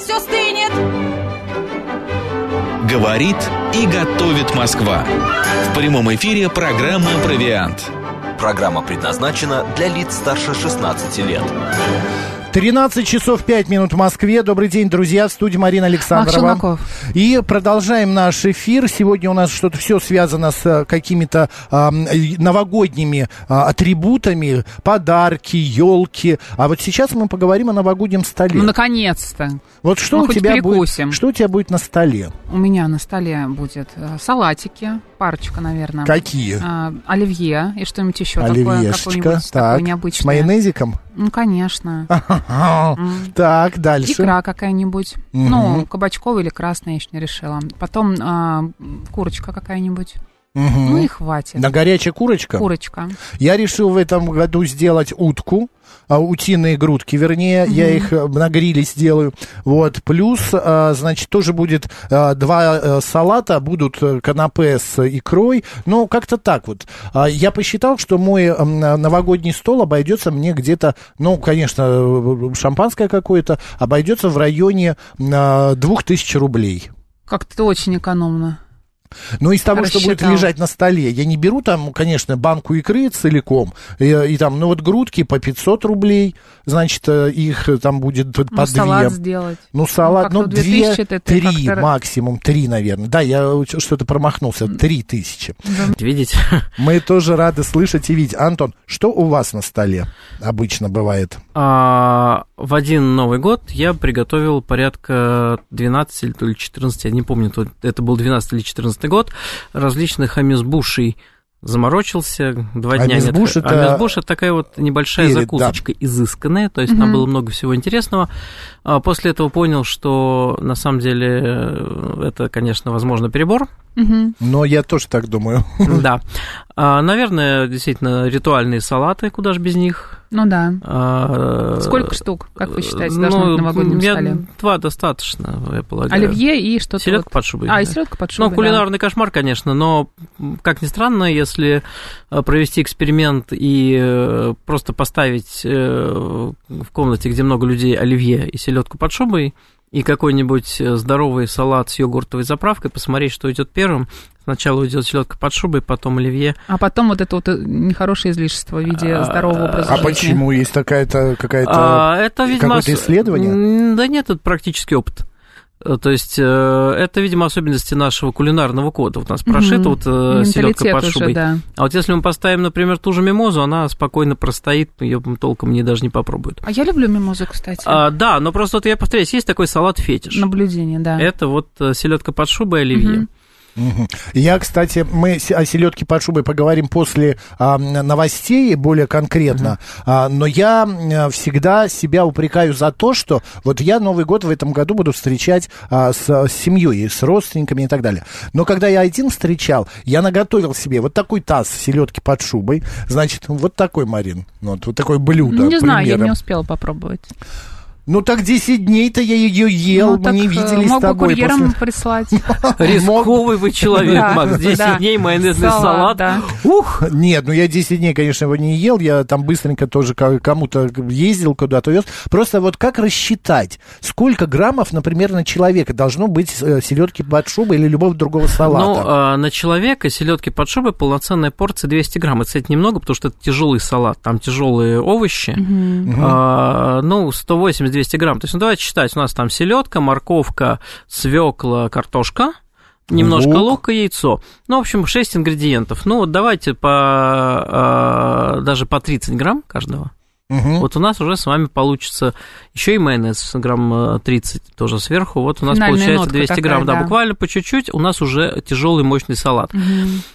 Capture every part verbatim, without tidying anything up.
все стынет. Говорит и готовит Москва. В прямом эфире программа «Провиант». Программа предназначена для лиц старше шестнадцати лет. тринадцать часов пять минут в Москве. Добрый день, друзья. В студии Марина Александрова. И продолжаем наш эфир. Сегодня у нас что-то все связано с какими-то э, новогодними э, атрибутами. Подарки, елки. А вот сейчас мы поговорим о новогоднем столе. Ну, наконец-то. Вот что, у тебя, будет, что у тебя будет на столе? У меня на столе будет салатики. Парочка, наверное. Какие? А, оливье и что-нибудь еще такое. Какое-нибудь такое необычное. С майонезиком? Ну, конечно. Так, дальше. Икра какая-нибудь. Ну, кабачковая или красная, я еще не решила. Потом курочка какая-нибудь. Угу. Ну и хватит. На горячая курочка? Курочка. Я решил в этом году сделать утку, а, утиные грудки, вернее, угу. Я их на гриле сделаю. Вот. Плюс, а, значит, тоже будет а, два а, салата, будут канапе с икрой. Ну, как-то так вот. А, я посчитал, что мой а, новогодний стол обойдется мне где-то, ну, конечно, шампанское какое-то, обойдется в районе а, двух тысяч рублей. Как-то очень экономно. Ну, из того, Рассчитал. Что будет лежать на столе. Я не беру там, конечно, банку икры целиком. И, и там, ну, вот грудки по пятьсот рублей. Значит, их там будет по ну, две. салат сделать. Ну, салат, ну, две, три как-то... максимум. Три, наверное. Да, я что-то промахнулся. Три тысячи. Да. Видите? Мы тоже рады слышать и видеть. Антон, что у вас на столе обычно бывает? А, в один Новый год я приготовил порядка двенадцати или четырнадцати, я не помню, это был двенадцатый или четырнадцатый год, различных амес-бушей заморочился, два дня нет. Амес-буш это... Амес-буш это такая вот небольшая Перед, закусочка, да. изысканная, то есть угу. там было много всего интересного. После этого понял, что на самом деле это, конечно, возможно, перебор. Угу. Но я тоже так думаю. Да. Наверное, действительно, ритуальные салаты, куда же без них. Ну да. А, Сколько штук, как вы считаете, должно ну, быть на новогоднем я, столе? Два достаточно, я полагаю. Оливье и что-то... Селедка вот... под шубой. А, да. и селедка под шубой, Ну, кулинарный да. кошмар, конечно, но, как ни странно, если провести эксперимент и просто поставить в комнате, где много людей, оливье и селедку под шубой, и какой-нибудь здоровый салат с йогуртовой заправкой, посмотреть, что идет первым. Сначала идет селедка под шубой, потом оливье. А потом вот это вот нехорошее излишество в виде здорового образа а жизни. А почему? Есть такая-то, какая-то, а, это, видимо, какое-то исследование? Да нет, это практический опыт. То есть это, видимо, особенности нашего кулинарного кода. Вот у нас прошита вот селедка под шубой. Да. А вот если мы поставим, например, ту же мимозу, она спокойно простоит, ее толком не даже не попробуют. А я люблю мимозу, кстати. А, да, но просто вот я повторяюсь, есть такой салат-фетиш. Наблюдение, да. Это вот селедка под шубой, оливье. Угу. Угу. Я, кстати, мы о селедке под шубой поговорим после а, новостей более конкретно, угу. а, но я всегда себя упрекаю за то, что вот я Новый год в этом году буду встречать а, с, с семьей, с родственниками и так далее. Но когда я один встречал, я наготовил себе вот такой таз селедки под шубой, значит, вот такой, Марин, вот, вот такое блюдо. Не знаю, примером. я не успела попробовать. Ну, так десять дней-то я ее ел, ну, мы не виделись могу с тобой. Могу курьером после... прислать. Рисковый вы человек, Макс. десять дней майонезный салат. Ух, нет, ну я десять дней, конечно, его не ел. Я там быстренько тоже кому-то ездил, куда-то вез. Просто вот как рассчитать, сколько граммов, например, на человека должно быть селедки под шубой или любого другого салата? Ну, на человека селедки под шубой полноценная порция двести грамм. Это, кстати, немного, потому что это тяжелый салат. Там тяжелые овощи. Ну, сто восемьдесят двести грамм. То есть, ну, давайте считать, у нас там селедка, морковка, свекла, картошка, немножко лук. лука, яйцо. Ну, в общем, шесть ингредиентов. Ну, вот давайте по, даже по тридцать грамм каждого. Угу. Вот у нас уже с вами получится еще и майонез, грамм тридцать тоже сверху. Вот у нас финальная получается двести грамм. Такая, да, да, буквально по чуть-чуть. У нас уже тяжелый мощный салат. Угу.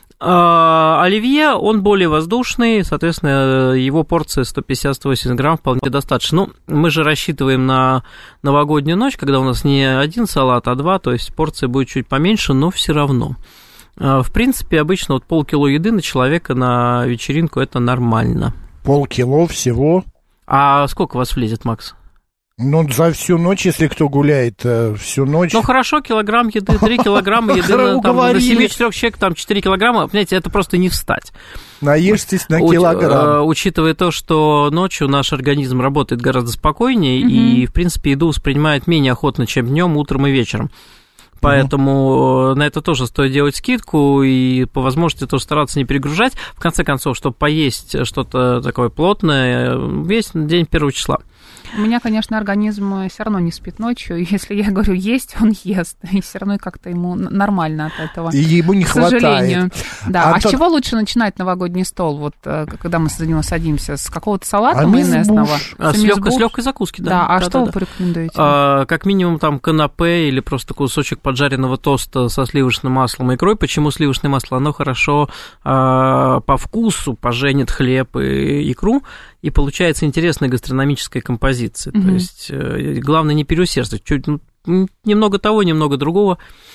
А, оливье, он более воздушный, соответственно, его порция сто пятьдесят - сто восемьдесят грамм вполне достаточно. Ну, мы же рассчитываем на новогоднюю ночь, когда у нас не один салат, а два, то есть порция будет чуть поменьше, но все равно. А, в принципе, обычно вот полкило еды на человека на вечеринку – это нормально. Полкило всего? А сколько у вас влезет, Макс? Ну, за всю ночь, если кто гуляет э, всю ночь... Ну, хорошо, килограмм еды, три килограмма еды, на, там, на семь-четыре человек, там, четыре килограмма, понимаете, это просто не встать. Наешьтесь на килограмм. У, учитывая то, что ночью наш организм работает гораздо спокойнее, угу. и, в принципе, еду воспринимает менее охотно, чем днем, утром и вечером. Поэтому mm-hmm. на это тоже стоит делать скидку и по возможности тоже стараться не перегружать. В конце концов, чтобы поесть что-то такое плотное, весь день первого числа. У меня, конечно, организм все равно не спит ночью. Если я говорю есть, он ест. И все равно как-то ему нормально от этого. И ему не к хватает. Сожалению. Да. А, а то... с чего лучше начинать новогодний стол? Вот когда мы за него садимся? С какого-то салата а майонезного? А, с, легкой, с легкой закуски, да. Да, а да, что да, вы да. порекомендуете? А, как минимум там канапе или просто кусочек поджаренного тоста со сливочным маслом и икрой. Почему сливочное масло? Оно хорошо а, по вкусу поженит хлеб и икру, и получается интересная гастрономическая композиция. Mm-hmm. То есть главное не переусердствовать. Чуть, немного того, немного другого.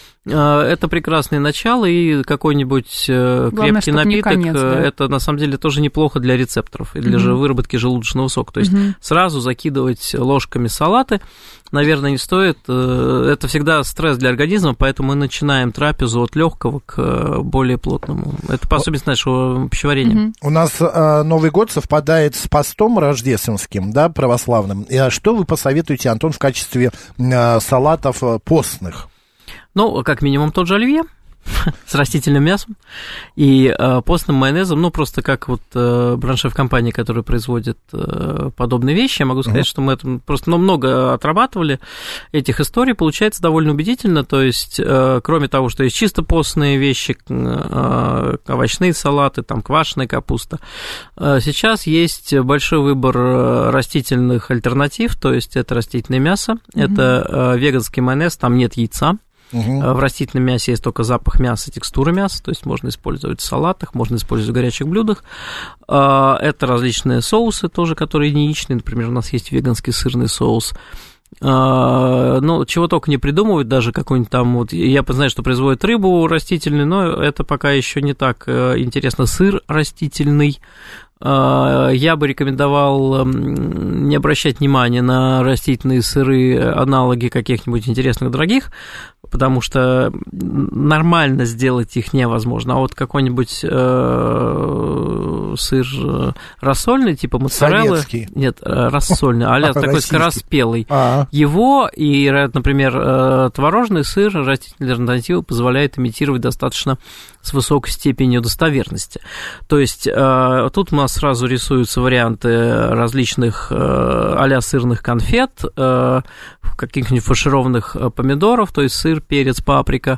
Это прекрасное начало, и какой-нибудь главное, крепкий напиток, конец, да? Это на самом деле тоже неплохо для рецепторов и для mm-hmm. выработки желудочного сока. То есть mm-hmm. сразу закидывать ложками салаты, наверное, не стоит. Это всегда стресс для организма, поэтому мы начинаем трапезу от легкого к более плотному. Это по особенности нашего пищеварения. Mm-hmm. У нас э, Новый год совпадает с постом рождественским, да, православным. И, а что вы посоветуете, Антон, в качестве э, салатов постных? Ну, как минимум, тот же оливье с растительным мясом и э, постным майонезом, ну, просто как вот э, браншеф-компания, которая производит э, подобные вещи, я могу сказать, uh-huh. что мы это просто ну, много отрабатывали этих историй, получается довольно убедительно, то есть, э, кроме того, что есть чисто постные вещи, э, овощные салаты, там, квашеная капуста, э, сейчас есть большой выбор растительных альтернатив, то есть, это растительное мясо, uh-huh. это э, веганский майонез, там нет яйца. Угу. В растительном мясе есть только запах мяса, текстура мяса, то есть можно использовать в салатах, можно использовать в горячих блюдах. Это различные соусы тоже, которые не яичные, например, у нас есть веганский сырный соус. Ну, чего только не придумывают, даже какой-нибудь там, вот, я знаю, что производят рыбу растительную, но это пока еще не так интересно. Сыр растительный. Я бы рекомендовал не обращать внимания на растительные сыры, аналоги каких-нибудь интересных дорогих, потому что нормально сделать их невозможно. А вот какой-нибудь э, сыр рассольный, типа моцареллы... Советский. Нет, рассольный, а-ля такой скороспелый. А-а. Его и, например, творожный сыр, растительная альтернатива, позволяет имитировать достаточно с высокой степенью достоверности. То есть тут у нас сразу рисуются варианты различных а-ля сырных конфет, каких-нибудь фаршированных помидоров, то есть сыр, перец, паприка.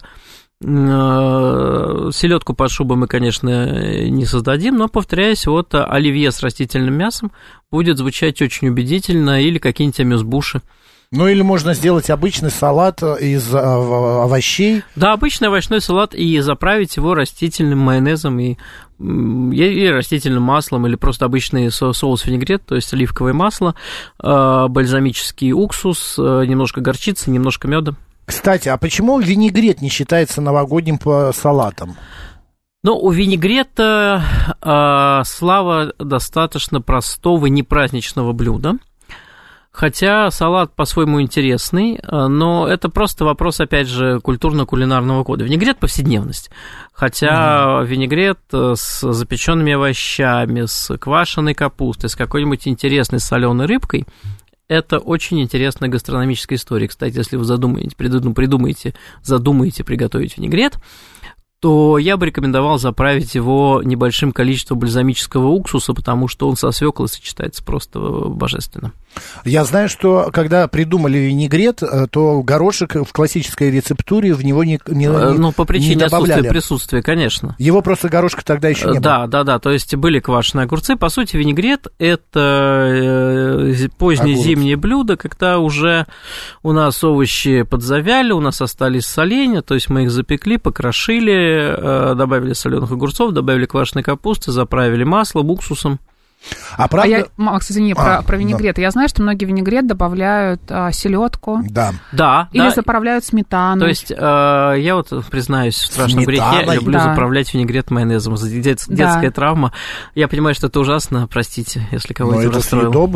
Селедку под шубой мы, конечно, не создадим, но, повторяюсь, вот оливье с растительным мясом будет звучать очень убедительно, или какие-нибудь амюс-буши. Ну, или можно сделать обычный салат из овощей. Да, обычный овощной салат, и заправить его растительным майонезом и, и растительным маслом, или просто обычный соус-винегрет, то есть оливковое масло, бальзамический уксус, немножко горчицы, немножко меда. Кстати, а почему винегрет не считается новогодним салатом? Ну, у винегрета э, слава достаточно простого, непраздничного блюда. Хотя салат по-своему интересный, но это просто вопрос, опять же, культурно-кулинарного кода. Винегрет – повседневность. Хотя mm-hmm. винегрет с запеченными овощами, с квашеной капустой, с какой-нибудь интересной соленой рыбкой – это очень интересная гастрономическая история. Кстати, если вы задумаете, придумаете, задумаете приготовить винегрет, то я бы рекомендовал заправить его небольшим количеством бальзамического уксуса, потому что он со свеклой сочетается просто божественно. Я знаю, что когда придумали винегрет, то горошек в классической рецептуре в него не, не, ну, по причине не добавляли. отсутствия присутствия, конечно. Его просто горошка тогда еще не да, было. Да, да, да, то есть были квашеные огурцы. По сути, винегрет – это позднее Огурец. зимнее блюдо, когда уже у нас овощи подзавяли, у нас остались соленья, то есть мы их запекли, покрошили, добавили соленых огурцов, добавили квашеной капусты, заправили маслом, уксусом. А, правда... а я, Макс, извини, а, про, про винегрет. Да. Я знаю, что многие винегрет добавляют а, селедку. Да. Да. Или да. заправляют сметану. То есть, э, я вот, признаюсь, в страшном Сметаной. грехе люблю да. заправлять винегрет майонезом. Дет, детская да. травма. Я понимаю, что это ужасно, простите, если кого-то расстроил. Но это съедобно.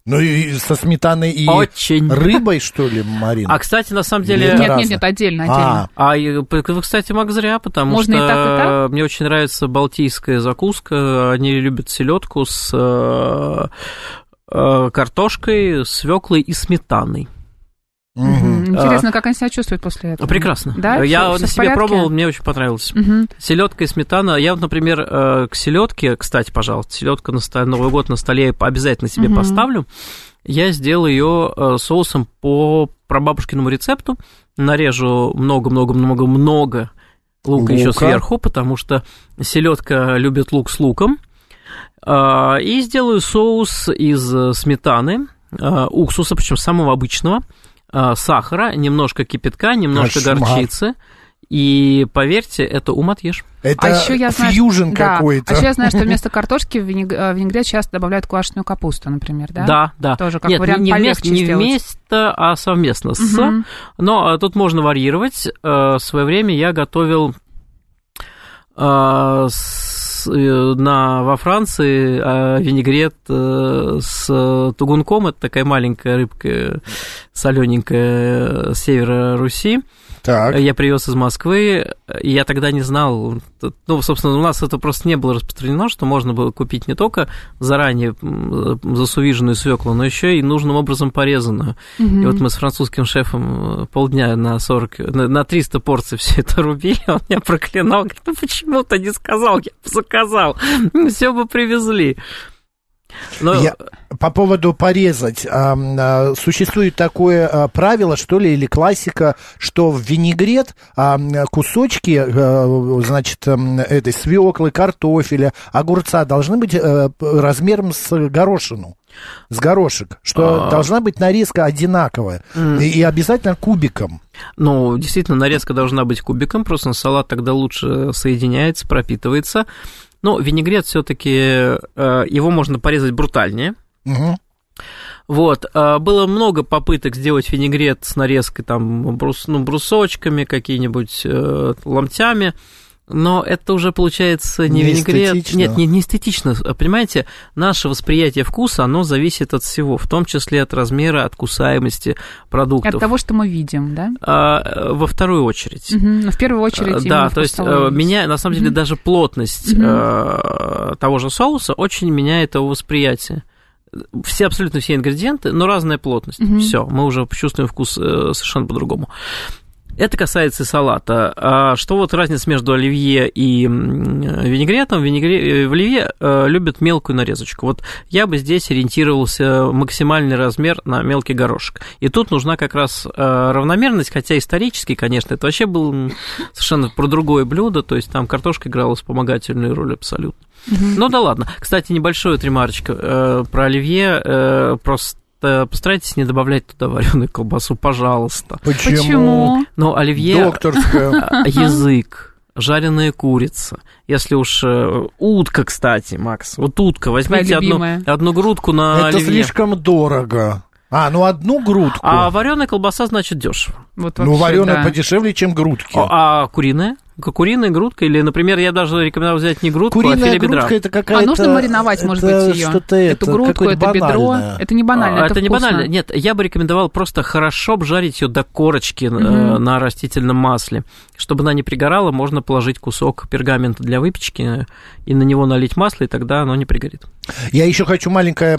Ну и со сметаной и Очень. рыбой, что ли, Марина? А, кстати, на самом деле... Нет, Нет, разное. нет, нет, отдельно, А. отдельно. А, вы, кстати, Мак, зря, потому Можно что и так, и так? мне очень нравится балтийская закуска. Они любят селедку с э, э, картошкой, свеклой и сметаной. Мгм. Интересно, как они себя чувствуют после этого? Прекрасно. Да? Я Всё- всё на в себе порядке? пробовал, мне очень понравилось. Мгм. Селедка и сметана. Я вот, например, э, к селедке, кстати, пожалуйста, селедка на столе, Новый год на столе я обязательно себе Мгм. поставлю. Я сделаю ее соусом по прабабушкиному рецепту. Нарежу много-много-много-много лука еще Лука. сверху, потому что селедка любит лук с луком. А, И сделаю соус из сметаны, а, уксуса, причем самого обычного, а, сахара, немножко кипятка, немножко Кошмар. горчицы. И поверьте, это ум отъешь. Это А еще я знаю, фьюжн да. какой-то. А еще я знаю, что вместо картошки в винег- в винегрет часто добавляют квашеную капусту, например, да? Да, да. Тоже как Нет, вариант не, полегче вместе, не сделать. вместе, а совместно с. Мгм. Но а, тут можно варьировать. А, в свое время я готовил а, с- э, на, во Франции а, винегрет э, с тугунком. Это такая маленькая рыбка, солененькая с севера Руси. Так. Я привез из Москвы, и я тогда не знал, ну, собственно, у нас это просто не было распространено, что можно было купить не только заранее засувиженную свеклу, но еще и нужным образом порезанную. Мгм. И вот мы с французским шефом полдня на сорок, на, на триста порций все это рубили, он меня проклинал, говорит, ну почему ты не сказал, я бы заказал, все бы привезли. Но... Я- по поводу порезать. а, а, Существует такое а, правило, что ли, или классика, что в винегрет а, кусочки, а, значит, м, этой свеклы, картофеля, огурца должны быть а, п- размером с горошину. С горошек, что А. должна быть нарезка одинаковая. М. И, и обязательно кубиком. Ну, действительно, нарезка должна быть кубиком, просто салат тогда лучше соединяется, пропитывается. Но винегрет все-таки его можно порезать брутальнее. Мгм. Вот, а, было много попыток сделать винегрет с нарезкой там брус, ну, брусочками, какими-нибудь э, ломтями, но это уже получается не, Не винегрет. эстетично. Нет, не, не эстетично. Понимаете, наше восприятие вкуса, оно зависит от всего, в том числе от размера, от кусаемости продуктов. От того, что мы видим, да? А, во вторую очередь. Мгм. Ну, в первую очередь Да, именно то есть вкусовой. э, меня, на самом деле, Мгм. даже плотность Мгм. э, того же соуса очень меняет его восприятие. Все, абсолютно все ингредиенты, но разная плотность. Мгм. Все, мы уже чувствуем вкус э, совершенно по-другому. Это касается и салата. А что вот разница между оливье и м, винегретом? Винегре... В оливье э, любят мелкую нарезочку. Вот я бы здесь ориентировался максимальный размер на мелкий горошек. И тут нужна как раз э, равномерность, хотя исторически, конечно, это вообще было совершенно про другое блюдо, то есть там картошка играла вспомогательную роль абсолютно. Ну да ладно. Кстати, небольшая ремарочка э, про оливье. Э, просто постарайтесь не добавлять туда вареную колбасу, пожалуйста. Почему? Почему? Но оливье, Докторская. язык, жареная курица. Если уж э, утка, кстати, Макс, вот утка, возьмите Твоя одну, любимая. одну грудку на Это оливье. слишком дорого. А, ну одну грудку. А вареная колбаса, значит, дешево. Вот Ну, вообще, вареная да. подешевле, чем грудки. А, а куриная? Куриная грудка, или, например, я даже рекомендовал взять не грудку, а Куриная филе бедра. грудка это какая-то... А нужно мариновать, может это быть, ее? что-то Эту это, грудку, какое-то это бедро. банальное. Это не банально, А, это это не вкусно. банально. Нет, я бы рекомендовал просто хорошо обжарить ее до корочки э, Мгм. на растительном масле. Чтобы она не пригорала, можно положить кусок пергамента для выпечки и на него налить масло, и тогда оно не пригорит. Я еще хочу маленькую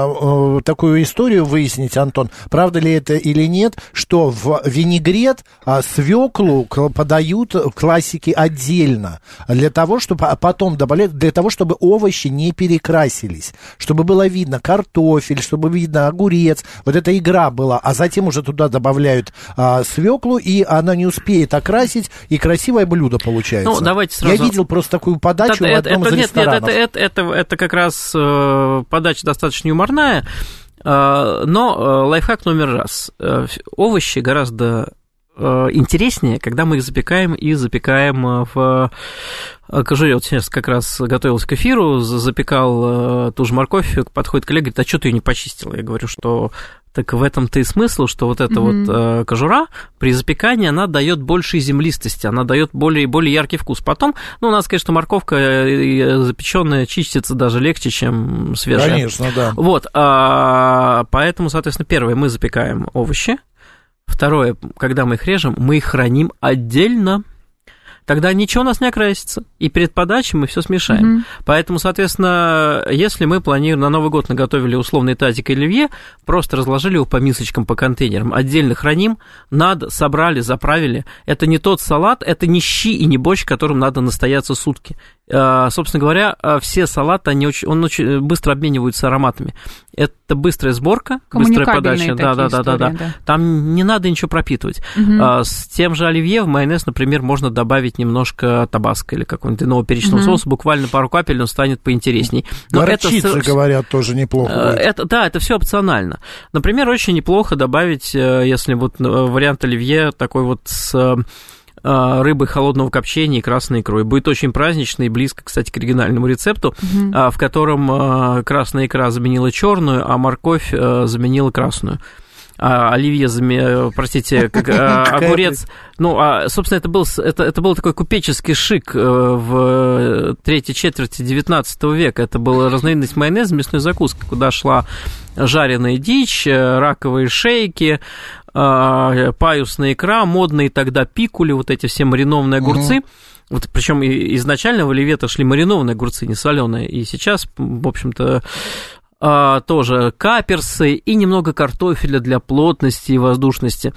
а, такую историю выяснить, Антон. Правда ли это или нет, что в винегрет а, свеклу к- подают классики отдельно, для того, чтобы а потом добавлять, для того, чтобы овощи не перекрасились, чтобы было видно картофель, чтобы видно огурец. Вот эта игра была, а затем уже туда добавляют а, свеклу, и она не успеет окрасить, и красивое блюдо получается. Ну, давайте сразу- Я видел просто такую подачу Это- в одном это- из нет, нет, ресторанов. это, это, это, это как раз э, подача достаточно юморная, э, но э, лайфхак номер раз. Э, овощи гораздо э, интереснее, когда мы их запекаем и запекаем э, в э, кожуре. Вот сейчас как раз готовился к эфиру, за- запекал э, ту же морковь, подходит коллега, говорит, а что ты ее не почистила? Я говорю, что Так в этом-то и смысл, что вот эта mm-hmm. вот э, кожура при запекании, она дает большей землистости, она дает более, более яркий вкус. Потом, ну, надо сказать, что морковка запеченная чистится даже легче, чем свежая. Конечно, да. Вот, а, поэтому, соответственно, первое, мы запекаем овощи. Второе, когда мы их режем, мы их храним отдельно. Тогда ничего у нас не окрасится. И перед подачей мы все смешаем. Mm-hmm. Поэтому, соответственно, если мы планируем на Новый год наготовили условный тазик оливье, просто разложили его по мисочкам, по контейнерам, отдельно храним, надо, собрали, заправили. Это не тот салат, это не щи и не борщ, которым надо настояться сутки. Собственно говоря, все салаты, они очень, он очень быстро обмениваются ароматами. Это быстрая сборка, быстрая подача. Да, да, да, да, да. Там не надо ничего пропитывать. Угу. С тем же оливье в майонез, например, можно добавить немножко табаско или какого-нибудь иного перечного угу. соуса, буквально пару капель, он станет поинтересней. Но горчица, это, говорят, тоже неплохо будет. Это, да, это все опционально. Например, очень неплохо добавить, если вот вариант оливье такой вот с рыбы холодного копчения и красной икрой. Будет очень празднично и близко, кстати, к оригинальному рецепту, mm-hmm. в котором красная икра заменила черную, а морковь заменила красную. А оливье, заме... простите, как, огурец. Ну, а, собственно, это был, это, это был такой купеческий шик в третьей четверти девятнадцатого века. Это была разновидность майонеза, мясной закуски, куда шла жареная дичь, раковые шейки, паюсная икра, модные тогда пикули, вот эти все маринованные огурцы. Uh-huh. Вот, причем изначально в оливье-то шли маринованные огурцы, не соленые. И сейчас, в общем-то, тоже каперсы и немного картофеля для плотности и воздушности.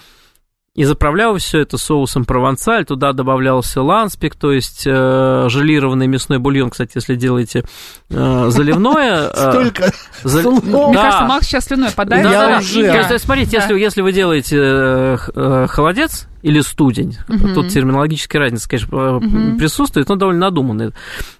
И заправлял все это соусом провансаль, туда добавлялся ланспик, то есть э, желированный мясной бульон, кстати, если делаете э, заливное. Столько слов. Мне кажется, Макс сейчас слюной подает. Да, уже. То есть, смотрите, если, если вы делаете э, холодец или студень, uh-huh. тут терминологическая разница, конечно, uh-huh. присутствует, но довольно надуманная.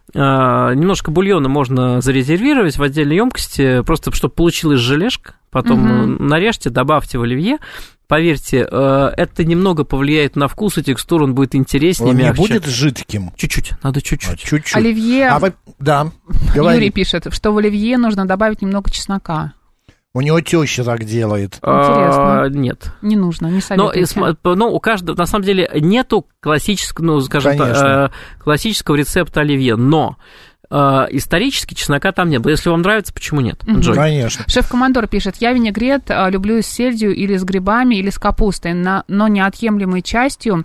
Немножко бульона можно зарезервировать в отдельной емкости, просто чтобы получилась желешка, потом uh-huh. нарежьте, добавьте в оливье. Поверьте, это немного повлияет на вкус и текстуру, он будет интереснее, он мягче. Он не будет жидким? Чуть-чуть, надо чуть-чуть. А, чуть-чуть. Оливье... А вы... Да, говори. Юрий пишет, что в оливье нужно добавить немного чеснока. У него теща так делает. Интересно. А, нет. Не нужно, не советуйте. Но, но у каждого, на самом деле, нету классического, ну, скажем так, классического рецепта оливье, но исторически чеснока там нет было. Если вам нравится, почему нет? Mm-hmm. Конечно. Шеф-командор пишет, я винегрет люблю с сельдью или с грибами, или с капустой, но неотъемлемой частью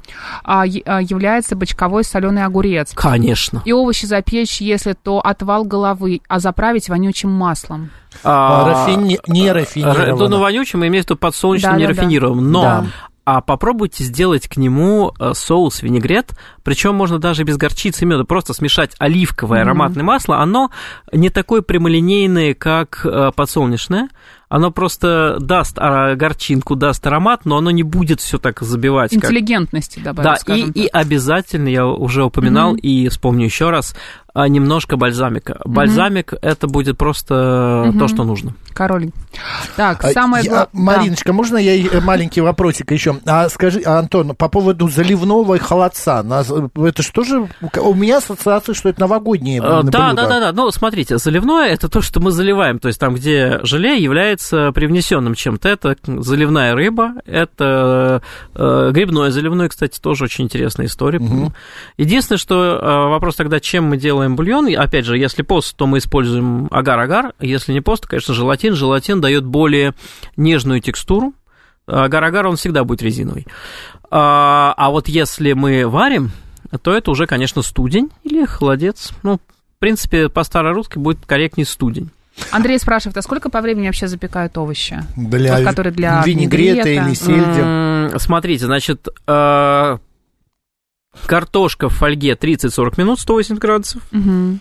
является бочковой соленый огурец. Конечно. И овощи запечь, если то отвал головы, а заправить вонючим маслом. А, Рафини... Не рафинированным. Ну, вонючим, имеется в виду подсолнечным, да, не да, рафинированным. Но... Да. А попробуйте сделать к нему соус винегрет, причем можно даже без горчицы и меда, просто смешать оливковое mm-hmm. ароматное масло, оно не такое прямолинейное, как подсолнечное, оно просто даст горчинку, даст аромат, но оно не будет все так забивать. Интеллигентности как... добавить, да, скажем и, так. И обязательно, я уже упоминал, mm-hmm. и вспомню еще раз, немножко бальзамика. Бальзамик mm-hmm. это будет просто mm-hmm. то, что нужно. Король. Так, самое главное... Мариночка, да. можно я маленький вопросик еще? А скажи, Антон, по поводу заливного холодца, это что же... У меня ассоциация, что это новогодние да, блюда. Да, да, да. Ну, смотрите, заливное это то, что мы заливаем. То есть там, где желе является привнесенным чем-то. Это заливная рыба, это э, грибное заливное, кстати, тоже очень интересная история. Угу. Единственное, что э, вопрос тогда, чем мы делаем бульон. Опять же, если пост, то мы используем агар-агар. Если не пост, то, конечно, желатин. Желатин дает более нежную текстуру. Агар-агар, он всегда будет резиновый. А, а вот если мы варим, то это уже, конечно, студень или холодец. Ну, в принципе, по старорусски будет корректнее студень. Андрей спрашивает, а сколько по времени вообще запекают овощи? Для, вот, которые для винегрета или сельди? Смотрите, значит, картошка в фольге тридцать-сорок минут, сто восемьдесят градусов. Угу.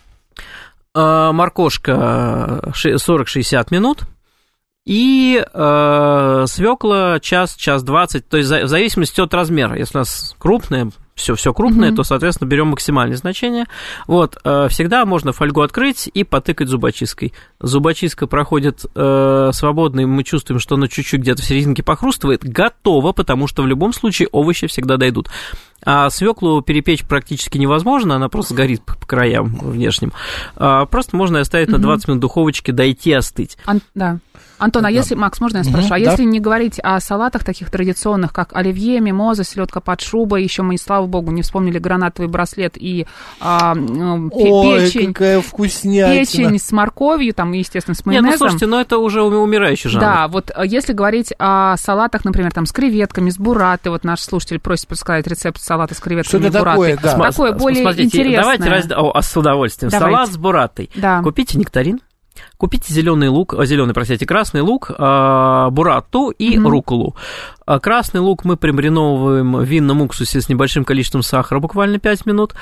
Моркошка сорок-шестьдесят минут. И э, свекла час, час двадцать, то есть в зависимости от размера. Если у нас крупная, все, все крупное, mm-hmm. то, соответственно, берем максимальное значение. Вот, э, всегда можно фольгу открыть и потыкать зубочисткой. Зубочистка проходит э, свободно, и мы чувствуем, что она чуть-чуть где-то в серединке похрустывает. Готово, потому что в любом случае овощи всегда дойдут. А свеклу перепечь практически невозможно, она просто горит по краям внешним. А просто можно оставить угу. на двадцать минут в духовочке, дойти остыть. Ан- да. Антон, а да. если, Макс, можно я спрошу, угу, а да. если не говорить о салатах таких традиционных, как оливье, мимоза, селедка под шубой, еще мы, слава богу, не вспомнили гранатовый браслет и а, Ой, печень, какая вкуснятина. Печень с морковью, там, естественно, с майонезом. Нет, ну, слушайте, ну это уже умирающий жанр. Да, вот если говорить о салатах, например, там, с креветками, с бураты, вот наш слушатель просит подсказать рецепт салата с креветками и бураты. Такое, да. Такое Смотрите, более интересное. Давайте раз... О, с удовольствием. Давайте. Салат с буратой. Да. Купите нектарин. Купите зеленый лук, зеленый, простите, красный лук, буратту и mm-hmm. рукколу. Красный лук мы премариновываем в винном уксусе с небольшим количеством сахара, буквально пять минут.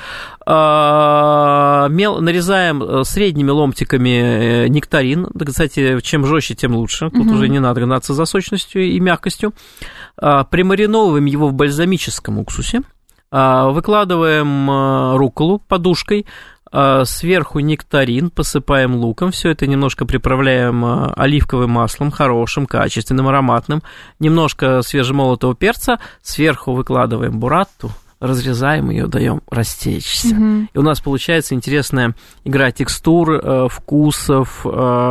Нарезаем средними ломтиками нектарин. Кстати, чем жестче, тем лучше. Тут mm-hmm. уже не надо гнаться за сочностью и мягкостью. Премариновываем его в бальзамическом уксусе. Выкладываем рукколу подушкой. Сверху нектарин, посыпаем луком, все это немножко приправляем оливковым маслом, хорошим, качественным, ароматным, немножко свежемолотого перца, сверху выкладываем буратту, разрезаем ее, даем растечься. Mm-hmm. И у нас получается интересная игра текстур, вкусов,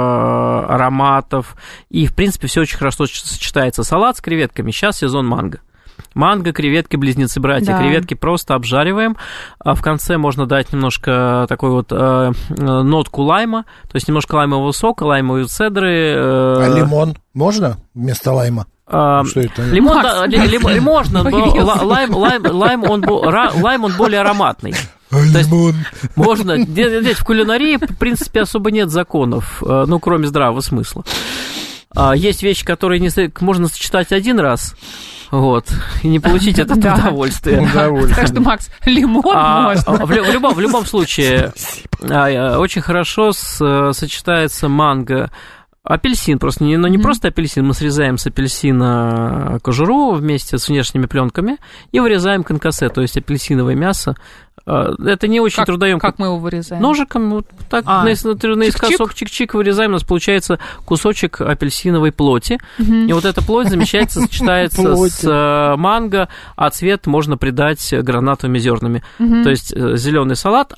ароматов, и, в принципе, все очень хорошо сочетается. Салат с креветками, сейчас сезон манго. Манго, креветки, близнецы-братья. Да. Креветки просто обжариваем. А в конце можно дать немножко такой вот э, нотку лайма, то есть немножко лаймового сока, лаймовые цедры. Э... А лимон можно вместо лайма? А, что это? Лимон, да, ли, ли, ли, можно, лайм, лайм, лайм, он, лайм, он более ароматный. А то лимон. Есть можно, здесь в кулинарии, в принципе, особо нет законов, ну, кроме здравого смысла. Есть вещи, которые не, можно сочетать один раз, вот, и не получить от этого удовольствие. Так что, Макс, лимон можно. В любом, в любом случае, очень хорошо сочетается манго. Апельсин, просто не, ну, не mm-hmm. просто апельсин, мы срезаем с апельсина кожуру вместе с внешними пленками и вырезаем конкассе, то есть апельсиновое мясо. Это не очень как, трудоемко. Как мы его вырезаем? Ножиком, вот так, а, наискосок, чик-чик вырезаем, у нас получается кусочек апельсиновой плоти, mm-hmm. и вот эта плоть замечательно сочетается с манго, а цвет можно придать гранатовыми зернами. Mm-hmm. То есть зеленый салат,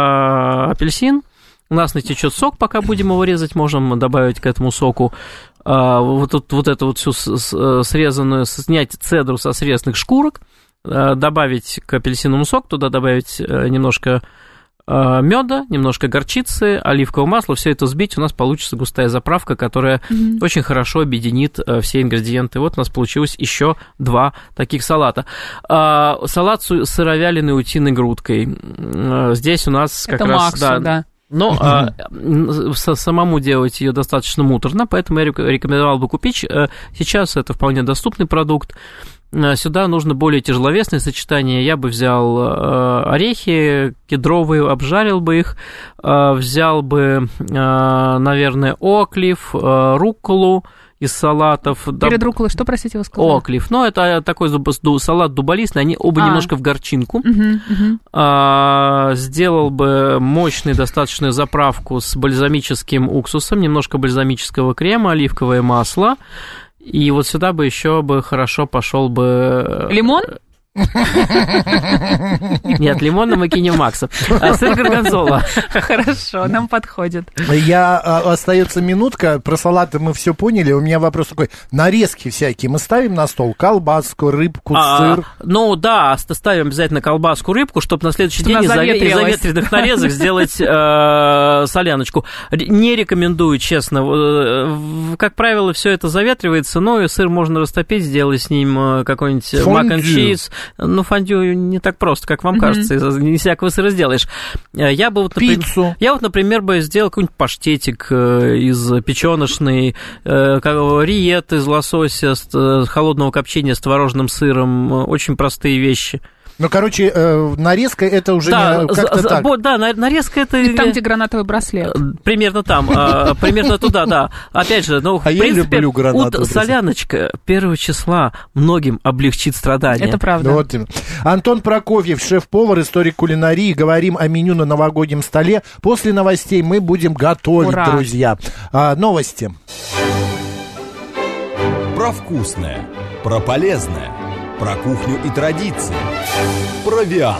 а апельсин. У нас натечет сок, пока будем его резать, можем добавить к этому соку а, вот, вот, вот эту вот всю срезанную, снять цедру со срезанных шкурок, а, добавить к апельсиновому соку, туда добавить немножко а, меда, немножко горчицы, оливкового масла, все это взбить, у нас получится густая заправка, которая mm-hmm. очень хорошо объединит все ингредиенты. Вот у нас получилось еще два таких салата. А, салат с сыровяленой утиной грудкой. А, здесь у нас как это раз... Максу, да, да. Но а, самому делать ее достаточно муторно, поэтому я рекомендовал бы купить. Сейчас это вполне доступный продукт. Сюда нужно более тяжеловесное сочетание. Я бы взял орехи кедровые, обжарил бы их, взял бы, наверное, оклив, рукколу из салатов. Перед рукколой что, простите, вы сказали? Оклив. Ну, это такой салат дуболистный, они оба а. немножко в горчинку. Угу, угу. А, сделал бы мощную достаточную заправку с бальзамическим уксусом, немножко бальзамического крема, оливковое масло. И вот сюда бы еще бы хорошо пошел бы... Лимон? Нет, лимон мы кинем Макса. А сыр горгонзола. Хорошо, нам подходит. Я, остается минутка, про салаты мы все поняли. У меня вопрос такой, нарезки всякие мы ставим на стол? Колбаску, рыбку, а, сыр? Ну да, ставим обязательно колбаску, рыбку, чтобы на следующий что день из заветренных нарезок сделать э, соляночку. Не рекомендую, честно. Как правило, все это заветривается, но и сыр можно растопить, сделать с ним какой-нибудь мак-н-чиз. Ну, фондю не так просто, как вам mm-hmm. кажется, не всякого сыра сделаешь. Я бы вот, например, пиццу. Я вот, например, бы сделал какой-нибудь паштетик из печёночной, риет из лосося, с холодного копчения с творожным сыром, очень простые вещи. Ну, короче, э, нарезка это уже да, не, как-то за, так. Да, нарезка это... И там, где гранатовый браслет. Примерно там, примерно туда, да. Опять же, ну, в принципе, соляночка первого числа многим облегчит страдания. Это правда. Вот. Антон Прокофьев, шеф-повар, историк кулинарии. Говорим о меню на новогоднем столе. После новостей мы будем готовить, ура, друзья. А, новости. Про вкусное, про полезное, про кухню и традиции. Провиант.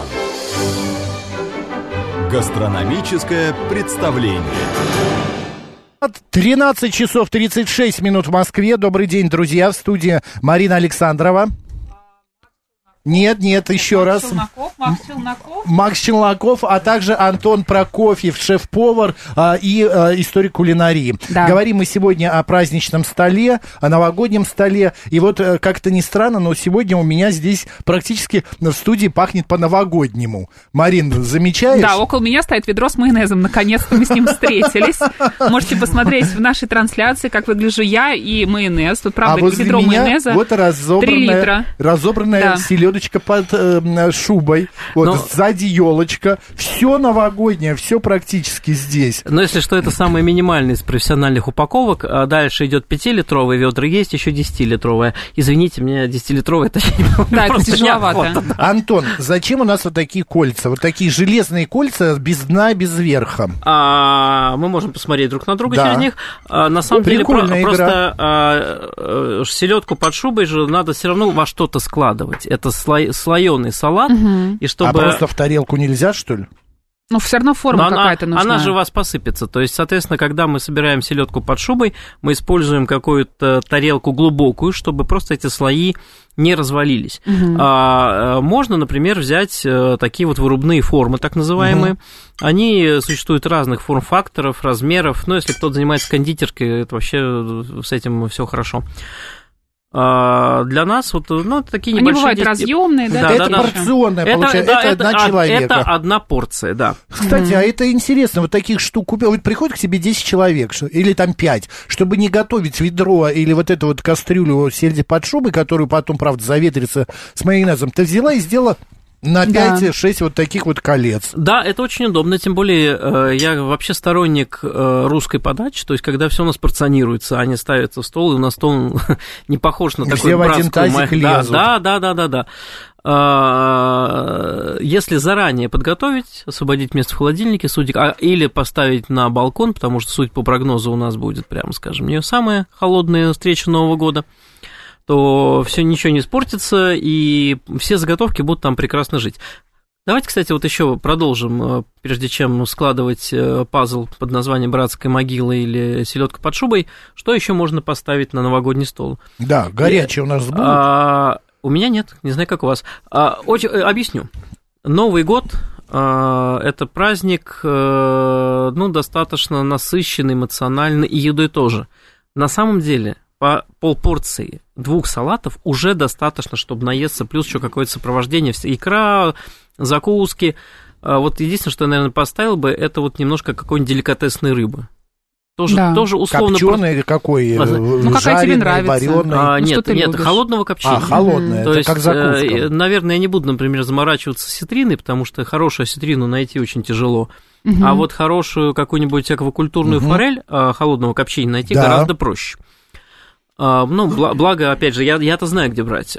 Гастрономическое представление. тринадцать часов тридцать шесть минут в Москве. Добрый день, друзья. В студии Марина Александрова. Нет, нет, еще Макс раз. Челноков, Макс Челноков. Макс Челноков, а также Антон Прокофьев, шеф-повар а, и а, историк кулинарии. Да. Говорим мы сегодня о праздничном столе, о новогоднем столе. И вот, как-то ни странно, но сегодня у меня здесь практически в студии пахнет по-новогоднему. Марин, замечаешь? Да, около меня стоит ведро с майонезом. Наконец-то мы с ним встретились. Можете посмотреть в нашей трансляции, как выгляжу я и майонез. Тут, правда, а возле ведро меня майонеза. Вот разобранная, литра. разобранная Да. селедочка под э, шубой, вот Но... сзади елочка, все новогоднее, все практически здесь. Но если что, это самый минимальный из профессиональных упаковок, а дальше идет пятилитровые ведра, есть еще десятилитровая. Извините, мне десятилитровая это Да, это тяжеловато. Антон, зачем у нас вот такие кольца, вот такие железные кольца без дна, без верха? А, мы можем посмотреть друг на друга Да. через них. А, на самом Прикольная деле, про- игра. просто а, селедку под шубой же надо все равно во что-то складывать. Это сло- слоеный салат, Угу. и чтобы... А просто в тарелку нельзя, что ли? Ну, все равно форма Но она, какая-то нужна. она же у вас посыпется. То есть, соответственно, когда мы собираем селедку под шубой, мы используем какую-то тарелку глубокую, чтобы просто эти слои не развалились. Угу. А, можно, например, взять такие вот вырубные формы, так называемые. Угу. Они существуют разных форм-факторов, размеров. Но если кто-то занимается кондитеркой, это вообще с этим все хорошо. Для нас вот, ну, такие Они небольшие... бывают десять... разъемные, да? Да, это да, порционная, это, получается, да, это, это одна человека. Это одна порция, да. Кстати, Mm-hmm. а это интересно, вот таких штук купил, вот приходит к тебе десять человек, или там пять, чтобы не готовить ведро или вот эту вот кастрюлю сельди под шубой, которую потом, правда, заветрится с майонезом, ты взяла и сделала... На пять-шесть да. вот таких вот колец. Да, это очень удобно, тем более я вообще сторонник русской подачи, то есть когда все у нас порционируется, они ставятся в стол, и у нас стол не похож на такой братскую махину. Да, да, да, да, да. Если заранее подготовить, освободить место в холодильнике, судик, а, или поставить на балкон, потому что, судя по прогнозу, у нас будет, прямо скажем, не самая холодная встреча Нового года, то все ничего не испортится, и все заготовки будут там прекрасно жить. Давайте, кстати, вот еще продолжим, прежде чем складывать пазл под названием «Братская могила» или «Селедка под шубой». Что еще можно поставить на новогодний стол? Да, горячие у нас будут. А, у меня нет, не знаю, как у вас. А, очень, объясню. Новый год а, – это праздник, а, ну, достаточно насыщенный эмоционально, и едой тоже. На самом деле, по полпорции двух салатов уже достаточно, чтобы наесться, плюс еще какое-то сопровождение, икра, закуски. Вот единственное, что я, наверное, поставил бы, это вот немножко какой-нибудь деликатесной рыбы. Тоже, да. тоже условно... Копченый или какой? Ну, какая тебе нравится? А, ну, нет, нет, любишь? Холодного копчения. А, холодное, mm-hmm. То это есть, как закуска. Наверное, я не буду, например, заморачиваться с ситриной, потому что хорошую ситрину найти очень тяжело. Uh-huh. А вот хорошую какую-нибудь аквакультурную uh-huh. форель холодного копчения найти да. гораздо проще. Ну, благо, опять же, я, я-то знаю, где брать.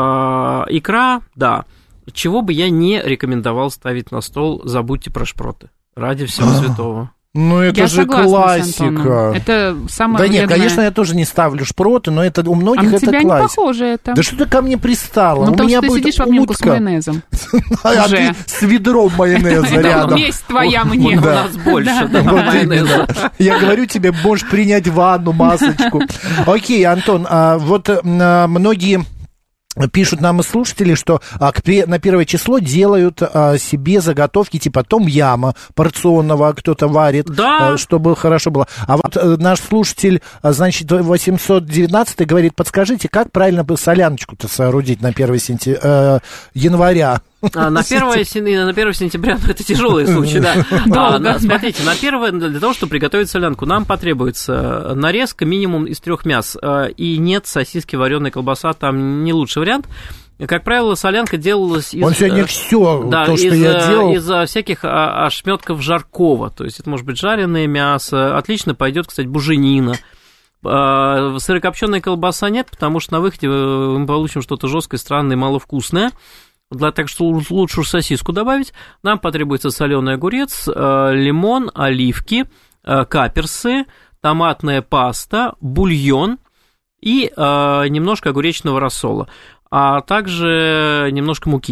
Икра, да. Чего бы я не рекомендовал ставить на стол, забудьте про шпроты. Ради всего святого. Ну, это я же классика. Это самое Да нет, вредное. конечно, я тоже не ставлю шпроты, но это у многих а на это тебя классика. Не похоже это. Да что ты ко мне пристала? Ну, у потому меня что ты будет сидишь в обнимку с утка. майонезом. А ты с ведром майонеза рядом. Месть твоя мне. У нас больше майонеза. Я говорю тебе, можешь принять ванну, масочку. Окей, Антон, вот многие... Пишут нам и слушатели, что а, к, на первое число делают а, себе заготовки типа том-яма порционного, кто-то варит, да. а, чтобы хорошо было. А вот а, наш слушатель, а, значит, восемьсот девятнадцатый говорит, подскажите, как правильно бы соляночку-то соорудить на первое сентя... э, января? А, на, первое, на первое сентября, ну, это тяжелый случай, да. А, на, смотрите, на первое, для того, чтобы приготовить солянку, нам потребуется нарезка минимум из трех мяс. И нет сосиски, вареная колбаса, там не лучший вариант. Как правило, солянка делалась из... Он сегодня все, да, то, что из, я делал. из всяких ошметков жаркого. То есть это может быть жареное мясо. Отлично пойдет, кстати, буженина. Сырокопченая колбаса нет, потому что на выходе мы получим что-то жесткое, странное, маловкусное. Для, так что лучше сосиску добавить. Нам потребуется соленый огурец, лимон, оливки, каперсы, томатная паста, бульон и немножко огуречного рассола, а также немножко муки.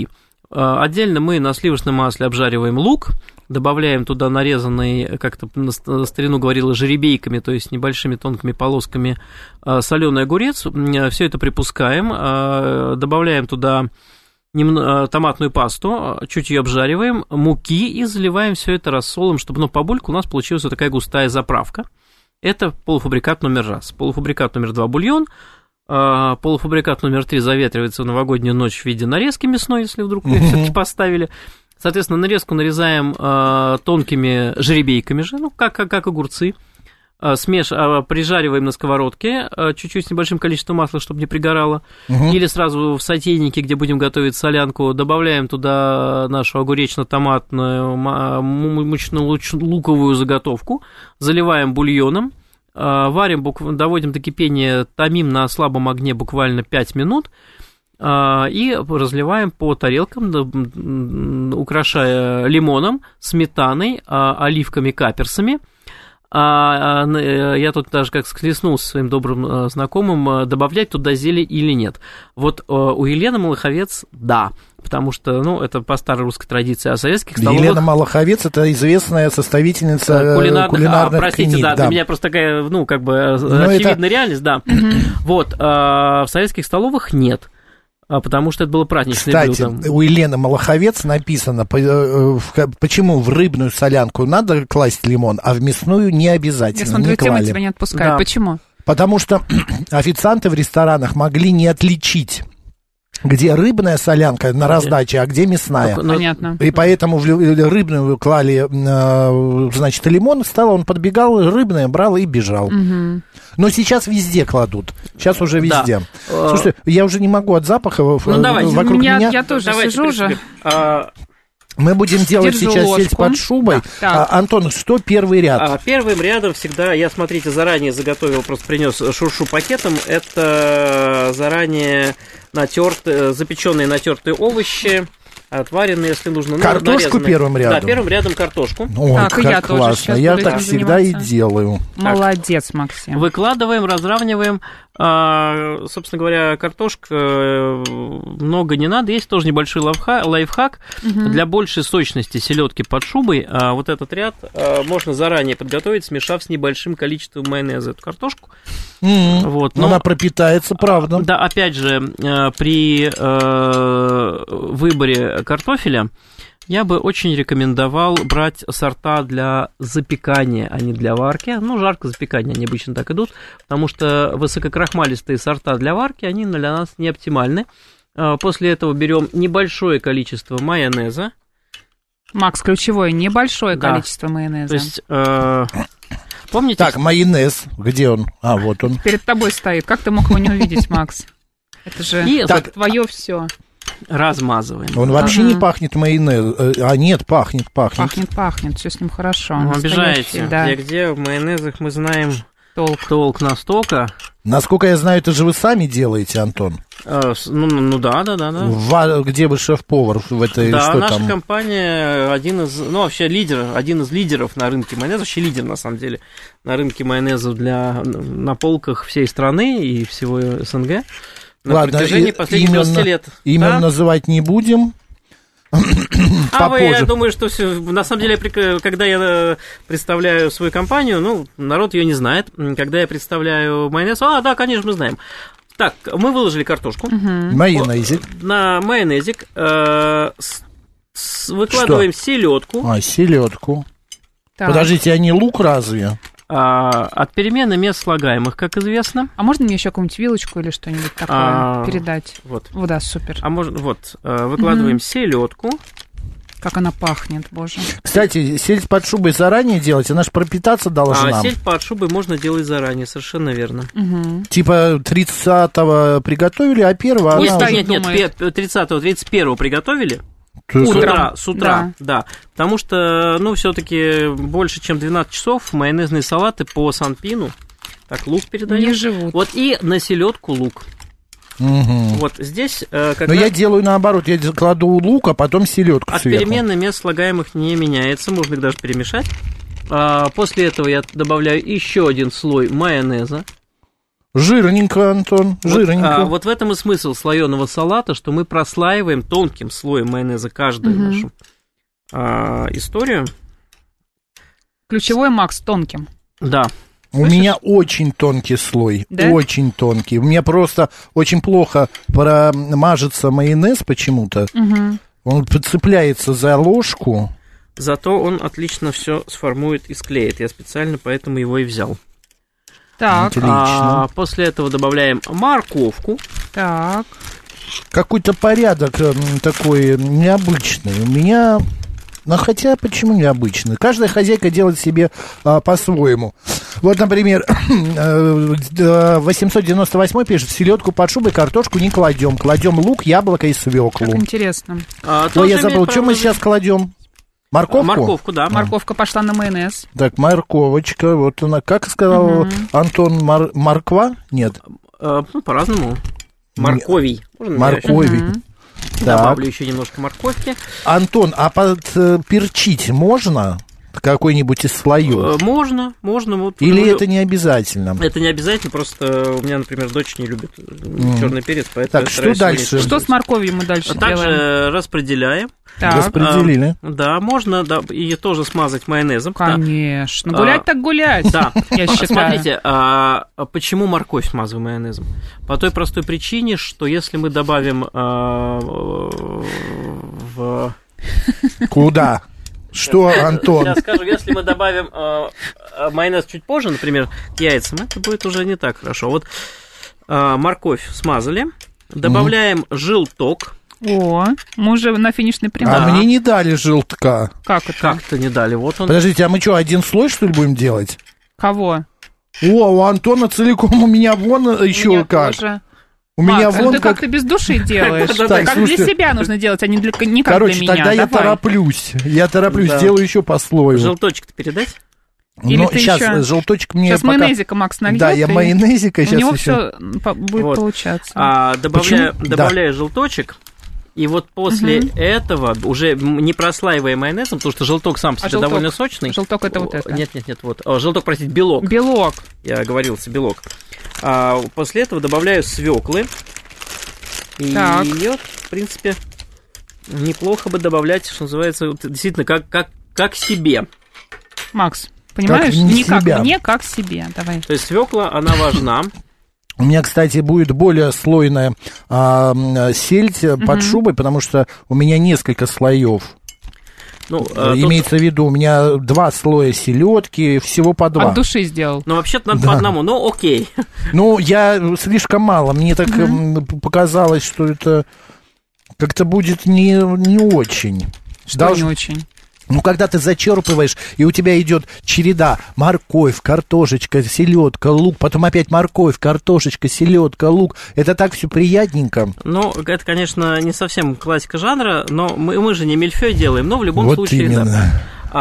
Отдельно мы на сливочном масле обжариваем лук, добавляем туда нарезанный, как-то на старину говорила, жеребейками, то есть небольшими тонкими полосками, соленый огурец. Все это припускаем, добавляем туда томатную пасту, чуть ее обжариваем, муки и заливаем все это рассолом, чтобы, ну, по бульку у нас получилась вот такая густая заправка. Это полуфабрикат номер раз. Полуфабрикат номер два – бульон. Полуфабрикат номер три заветривается в новогоднюю ночь в виде нарезки мясной, если вдруг вы mm-hmm. все-таки поставили. Соответственно, нарезку нарезаем э, тонкими жеребейками же, ну, как, как, как огурцы. Э, смеш... э, прижариваем на сковородке э, чуть-чуть с небольшим количеством масла, чтобы не пригорало. Mm-hmm. Или сразу в сотейнике, где будем готовить солянку, добавляем туда нашу огуречно-томатную мучно-луковую заготовку, заливаем бульоном. Варим, доводим до кипения, томим на слабом огне буквально пять минут и разливаем по тарелкам, украшая лимоном, сметаной, оливками, каперсами. Я тут даже как схлестнулся со своим добрым знакомым, добавлять туда зелень или нет. Вот у Елены Малаховец – да. Потому что, ну, это по старой русской традиции, а советских столовых... Елена Малаховец – это известная составительница кулинарных, кулинарных а, простите, книг. Да, да, для меня просто такая, ну, как бы, Но очевидная это... реальность, да. Вот, а в советских столовых нет, потому что это было праздничное Кстати, блюдо. у Елены Малаховец написано, почему в рыбную солянку надо класть лимон, а в мясную не обязательно. Я смотрю, не тема клали. тебя не отпускает. Да. Почему? Потому что официанты в ресторанах могли не отличить, где рыбная солянка на раздаче, а где мясная. Понятно. И поэтому в рыбную клали, значит, лимон, стало, он подбегал, рыбное брал и бежал. Угу. Но сейчас везде кладут. Сейчас уже везде. Да. Слушай, я уже не могу от запаха ну, вокруг я, меня. Я тоже давайте сижу уже. А... Мы будем делать Держу сейчас ложку. сельдь под шубой. Да. А, Антон, что первый ряд? А, первым рядом всегда, я, смотрите, заранее заготовил, просто принес шуршу пакетом. Это заранее натертые, запеченные натертые овощи, отваренные, если нужно. Картошку нарезанные. первым рядом? Да, первым рядом картошку. Ой, так, как и я классно. тоже сейчас я буду так этим всегда заниматься. и делаю. Молодец, Максим. Выкладываем, разравниваем. А, собственно говоря, картошка много не надо. Есть тоже небольшой лайфхак. лайфхак. Угу. Для большей сочности селедки под шубой а, вот этот ряд а, можно заранее подготовить, смешав с небольшим количеством майонеза эту картошку. Mm-hmm. Вот, но она пропитается, правда. Да, опять же, при э, выборе картофеля я бы очень рекомендовал брать сорта для запекания, а не для варки. Ну, жарко запекания, они обычно так идут, потому что высококрахмалистые сорта для варки, они для нас не оптимальны. После этого берем небольшое количество майонеза. Макс, ключевое, небольшое да. количество майонеза. То есть... Э, помните? Так, майонез, где он? А, вот он. Перед тобой стоит. Как ты мог его не увидеть, Макс? Это же и, так, твое все. Размазываем. Он вообще ага. не пахнет майонезом. А нет, пахнет, пахнет. Пахнет, пахнет, все с ним хорошо. Вы обижаете. Да. Где-где в майонезах мы знаем толк, толк настолько. Насколько я знаю, это же вы сами делаете, Антон. А, ну, ну да, да, да. да. В, где вы шеф-повар в этой да, что наша там? компания один из, ну вообще лидер, один из лидеров на рынке майонеза, вообще лидер на самом деле на рынке майонеза для на полках всей страны и всего СНГ. На Ладно, протяжении последних двадцати лет. Имя да? называть не будем. А вы, я думаю, что все, на самом деле, когда я представляю свою компанию, ну, народ ее не знает. Когда я представляю майонез, а, да, конечно, мы знаем. Так, мы выложили картошку. Угу. Майонезик. На майонезик э, с, с, выкладываем селедку. А, селедку. Подождите, а не лук разве? А, от перемены мест слагаемых, как известно. А можно мне еще какую-нибудь вилочку или что-нибудь такое а, передать? Вот. О, да, супер. А можно, вот, выкладываем угу. селедку. Как она пахнет, боже. Кстати, сельдь под шубой заранее делать, она же пропитаться должна. А сельдь под шубой можно делать заранее, совершенно верно. Угу. Типа тридцатого приготовили, а первого... Пусть она... Нет, нет, нет, тридцатого, тридцать первого приготовили. С утра, с утра, да. да. Потому что, ну, все-таки больше, чем двенадцать часов майонезные салаты по Санпину, так, лук передаем. Не живут. Вот и на селедку лук. Угу. Вот здесь... Э, Но раз... я делаю наоборот, я кладу лук, а потом селедку От сверху. перемены мест слагаемых не меняется, можно их даже перемешать. А, после этого я добавляю еще один слой майонеза. Жирненько, Антон, жирненько. Вот, а, вот в этом и смысл слоеного салата, что мы прослаиваем тонким слоем майонеза каждую угу. нашу а, историю. Ключевой, Макс, тонким. Да. У Слышишь? Меня очень тонкий слой, да? Очень тонкий. У меня просто очень плохо промажется майонез почему-то. Угу. Он подцепляется за ложку. Зато он отлично все сформует и склеит. Я специально поэтому его и взял. Так. Отлично. А после этого добавляем морковку. Так. Какой-то порядок такой необычный. У меня... Ну, хотя, почему необычный? Каждая хозяйка делает себе а, по-своему. Вот, например, восемьсот девяносто восемь пишет, в селедку под шубой картошку не кладем. Кладем лук, яблоко и свеклу. Как интересно. А, Ой, я забыл, что мы сейчас кладем? Морковку? Морковку, да. Морковка пошла на майонез. Так, морковочка, вот она, как сказал угу. Антон, мор- морква? Нет. А, ну, по-разному. Морковей. Морковей. Угу. Добавлю еще немножко морковки. Антон, а подперчить можно какой-нибудь из слоев? Можно, можно. Вот, Или ну, это не обязательно? Это не обязательно, просто у меня, например, дочь не любит mm. черный перец, поэтому... Так, что дальше? Что с морковью мы дальше а делаем? Также распределяем. Так. Распределили. А, да, можно да, и тоже смазать майонезом. Конечно. Да. Гулять а, так гулять. Да. Я считаю. Смотрите, а, почему морковь смазываем майонезом? По той простой причине, что если мы добавим а, в... Куда? Что, Антон? Сейчас скажу, если мы добавим а, майонез чуть позже, например, к яйцам, это будет уже не так хорошо. Вот а, морковь смазали, добавляем mm. желток. О, мы уже на финишной прямой. А да. Мне не дали желтка. Как это? Как-то не дали, вот он. Подождите, а мы что, один слой, что ли, будем делать? Кого? О, у Антона целиком, у меня вон еще как. Тоже. У Макс, меня вон ты как... как-то без души делаешь. Так, как слушайте, для себя нужно делать, а не, для, не как короче, для меня. Короче, тогда Давай. я тороплюсь. Я тороплюсь, да. сделаю еще по слою. Желточек-то передать? Или Но ты сейчас еще... желточек мне Сейчас пока... майонезика Макс нальет. Да, я майонезика сейчас у него еще... все будет вот. Получаться. А, добавляю добавляю да. желточек. И вот после угу. этого, уже не прослаивая майонезом, потому что желток сам по себе а желток, довольно сочный. Желток это вот это? Нет, нет, нет, вот. О, желток, простите, белок. Белок. Я оговорился, белок. А после этого добавляю свеклы. И так. ее, в принципе, неплохо бы добавлять, что называется, действительно, как, как, как себе. Макс, понимаешь, как не как себя. мне, как себе. Давай. То есть свекла, она важна. У меня, кстати, будет более слойная а, сельдь угу. под шубой, потому что у меня несколько слоев. Ну, имеется тут... в виду, у меня два слоя селедки, всего по два. От души сделал. Ну, вообще-то надо да. по одному, но окей. Ну, я слишком мало. Мне так угу. показалось, что это как-то будет не, не очень. Что Долж... не очень? Ну, когда ты зачерпываешь, и у тебя идет череда морковь, картошечка, селедка, лук, потом опять морковь, картошечка, селедка, лук. Это так все приятненько. Ну, это, конечно, не совсем классика жанра, но мы, мы же не мильфей делаем, но в любом вот случае, именно. Да.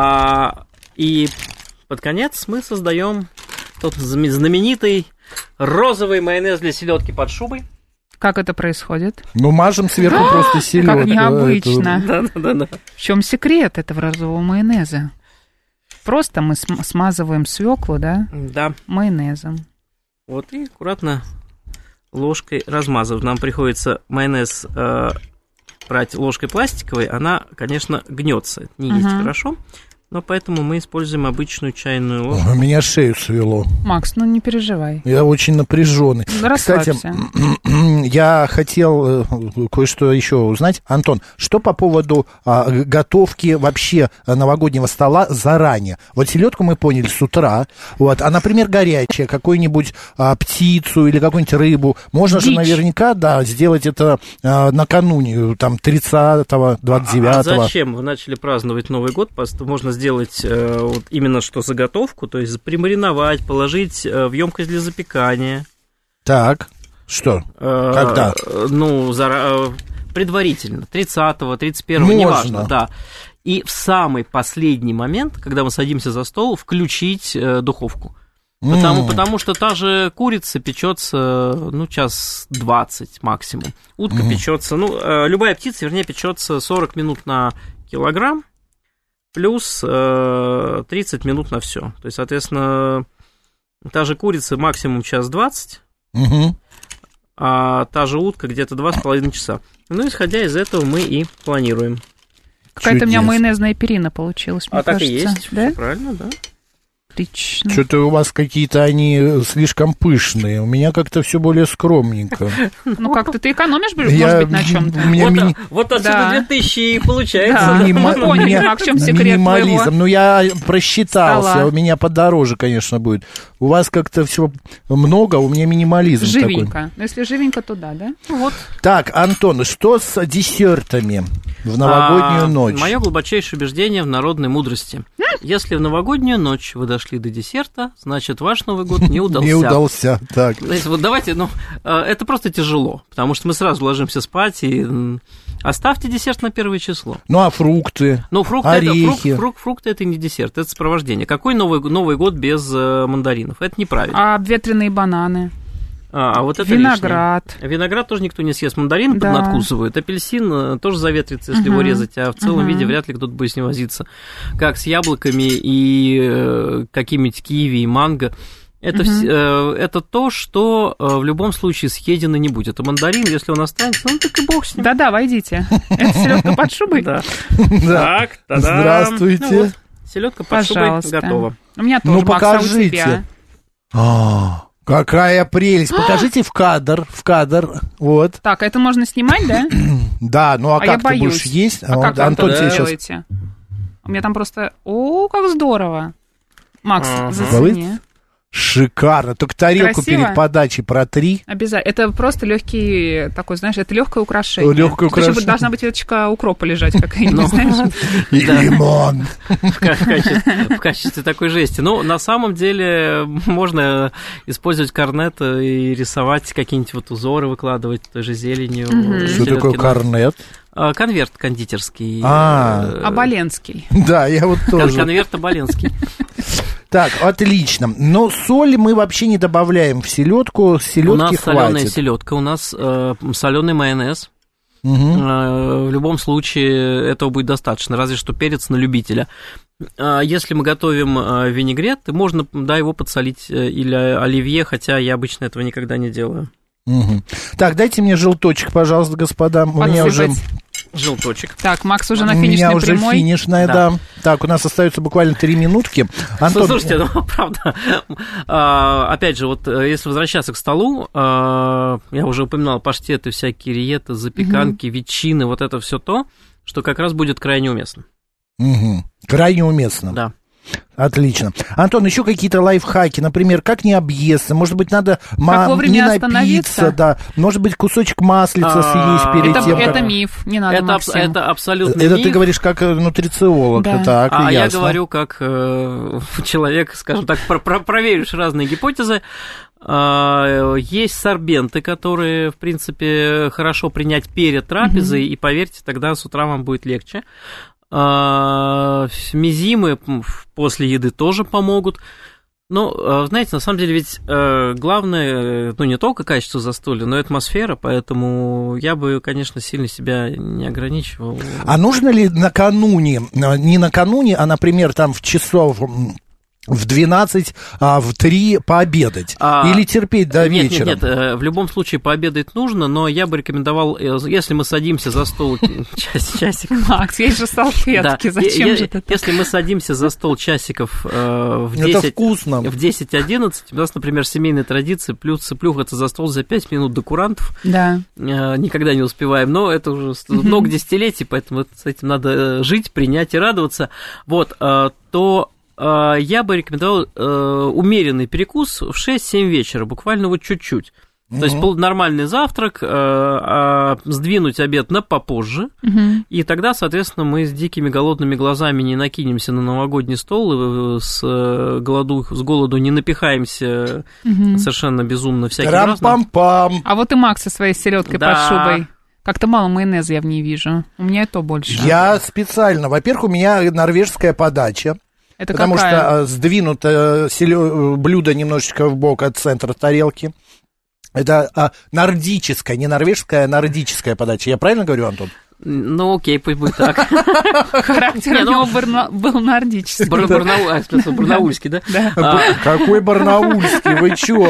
А, и под конец мы создаем тот знаменитый розовый майонез для селедки под шубой. Как это происходит? Ну, мажем сверху просто селедку. Как необычно. Да, да, да. В чем секрет этого розового майонеза? Просто мы смазываем свеклу, да? Да. Майонезом. Вот и аккуратно ложкой размазывать. Нам приходится майонез э, брать ложкой пластиковой. Она, конечно, гнется. Не есть uh-huh. хорошо. Но поэтому мы используем обычную чайную ложку. У меня шею свело. Макс, ну не переживай. Я очень напряженный. Расслабься. Кстати, я хотел кое-что еще узнать. Антон, что по поводу а, готовки вообще новогоднего стола заранее? Вот селедку мы поняли с утра. Вот, а, например, горячая, какую-нибудь а, птицу или какую-нибудь рыбу. Можно Дичь. же наверняка, да, сделать это а, накануне, там, тридцатого, двадцать девятого. А, а зачем? Вы начали праздновать Новый год, можно сделать э, вот именно что заготовку, то есть примариновать, положить э, в емкость для запекания. Так, что? Э, Когда? Ну, за, э, предварительно, тридцатого, тридцать первого, неважно, да. И в самый последний момент, когда мы садимся за стол, включить э, духовку. Потому, mm. потому что та же курица печется, ну, час двадцать максимум. Утка mm. печется, ну, э, любая птица, вернее, печется сорок минут на килограмм. Плюс э, тридцать минут на все. То есть, соответственно, та же курица максимум час двадцать, Угу. А та же утка где-то два с половиной часа. Ну, исходя из этого, мы и планируем. Какая-то у меня майонезная перина получилась, мне а кажется. так и есть, да? Все правильно, да. Отлично. Что-то у вас какие-то они слишком пышные. У меня как-то все более скромненько. Ну, как-то ты экономишь, может быть, на чем-то. Вот, вот отсюда две тысячи и получается. Да. Мы поняли, Мак, в чем секрет твоего Ну, я просчитался. стола. У меня подороже, конечно, будет. У вас как-то всего много, у меня минимализм Живенько. такой. Ну, если живенько, то да, да? Вот. Так, Антон, что с десертами в новогоднюю а, ночь? Мое глубочайшее убеждение в народной мудрости. Если в новогоднюю ночь вы дошли до десерта, значит, ваш Новый год не удался. Не удался, так. Знаете, вот давайте, ну, это просто тяжело, потому что мы сразу ложимся спать и оставьте десерт на первое число. Ну, а фрукты, Ну, фрукты орехи? Это, фрукт, фрукт, фрукты это не десерт, это сопровождение. Какой Новый, Новый год без э, мандаринов? Это неправильно. А обветренные бананы? А, а вот это Виноград. лишнее. Виноград тоже никто не съест, мандарины Да. поднадкусывают. Апельсин э, тоже заветрится, если Мгм. его резать, а в целом Мгм. виде вряд ли кто-то будет с ним возиться. Как с яблоками и э, какими-нибудь киви и манго. Это, Мгм. вс- э, это то, что э, в любом случае съедено не будет. А мандарин, если он останется, ну так и бог с ним. Да-да, войдите. Это селедка под шубой? Да. Да. Так, та-дам. Здравствуйте. Ну вот, селедка под шубой Пожалуйста. готова. У меня Ну, тоже, Макс, а у покажите. тебя? А, какая прелесть. Покажите в кадр, в кадр. Вот. Так, это можно снимать, да? Да, ну а, А я как ты боюсь. будешь есть? А Вот как вы Антон это тебе сейчас... делаете? У меня там просто... О, как здорово. Макс, Ага. зацени. Шикарно. Только тарелку Красиво? перед подачей протри. Обязательно. Это просто легкий такой, знаешь, это легкое украшение. Легкое Тут еще украшение. должна быть веточка укропа лежать какая-нибудь, знаешь. И лимон. в ка- в качестве, в качестве такой жести. Ну, на самом деле, можно использовать корнет и рисовать какие-нибудь вот узоры, выкладывать той же зеленью. Мгм. Что такое селёдки. корнет? А, Конверт кондитерский. А. Э, Оболенский. Да, я вот кон- тоже. Конверт оболенский. Так, отлично. Но соль мы вообще не добавляем в селедку. У нас Селедки соленая хватит. селедка, у нас э, соленый майонез. Мгм. Э, В любом случае этого будет достаточно, разве что перец на любителя. А Если мы готовим э, винегрет, можно, да, его подсолить э, или оливье, хотя я обычно этого никогда не делаю. Мгм. Так, дайте мне желточек, пожалуйста, господа. У меня уже, Подсыпать. Желточек. Так, Макс уже на у меня финишной уже прямой. финишная, Да. да. Так, у нас остается буквально три минутки. Антон, Слушайте, ну, правда, а, опять же, вот э, если возвращаться к столу, а, я уже упоминал паштеты, всякие риеты, запеканки, ветчины, вот это все то, что как раз будет крайне уместно. Мгм. Крайне уместно. Да. Отлично. Антон, еще какие-то лайфхаки, например, как не объесться? Может быть, надо ма- вовремя не остановиться? напиться, да. Может быть, кусочек маслица А, съесть перед Это, тем, это как... миф, не надо, Это, аб- Максим. это абсолютно Это миф. ты говоришь как э, нутрициолог, Да. так, А я ясно. говорю, как э, человек, скажем так, про- про- проверивший разные гипотезы. А, Есть сорбенты, которые, в принципе, хорошо принять перед трапезой, и поверьте, тогда с утра вам будет легче. А, Мизимы м, после еды тоже помогут. Ну, э, знаете, на самом деле ведь э, главное, э, ну, не только качество застолья, но и атмосфера, поэтому я бы, конечно, сильно себя не ограничивал. А нужно ли накануне, э, не накануне, а, например, там в часов м, в двенадцать, а в три пообедать? А, Или терпеть до нет, вечера? Нет, нет, э, в любом случае пообедать нужно, но я бы рекомендовал, э, если мы садимся за стол час, часик... Макс, есть же салфетки, Да, зачем я- же это? Если мы садимся за стол часиков э, в Это десять... вкусно. В десять-одиннадцать у нас, например, семейная традиция плюс плюхаться за стол за пять минут до курантов. Да. Э, Никогда не успеваем, но это уже с- много десятилетий, поэтому вот с этим надо э, жить, принять и радоваться. Вот, э, то э, я бы рекомендовал э, умеренный перекус в шесть-семь вечера, буквально вот чуть-чуть. То есть пол- нормальный завтрак, э, а, сдвинуть обед на попозже, Мгм. и тогда, соответственно, мы с дикими голодными глазами не накинемся на новогодний стол, и э, с, э, голоду, с голоду не напихаемся Мгм. совершенно безумно всяким разным. Трам-пам-пам. А вот и Макс со своей селедкой Да. под шубой. Как-то мало майонеза я в ней вижу. У меня и то больше. Я специально. Во-первых, у меня норвежская подача. Это Потому какая? что э, сдвинуто селё- блюдо немножечко в бок от центра тарелки. Это а, нордическая, не норвежская, а нордическая подача. Я правильно говорю, Антон? Ну, окей, пусть будет так. Характер Не, у ну- него барна- был нордический. Бар- Барнау- а, в смысле, Барнаульский, да? Да. А, Какой барнаульский, вы чё?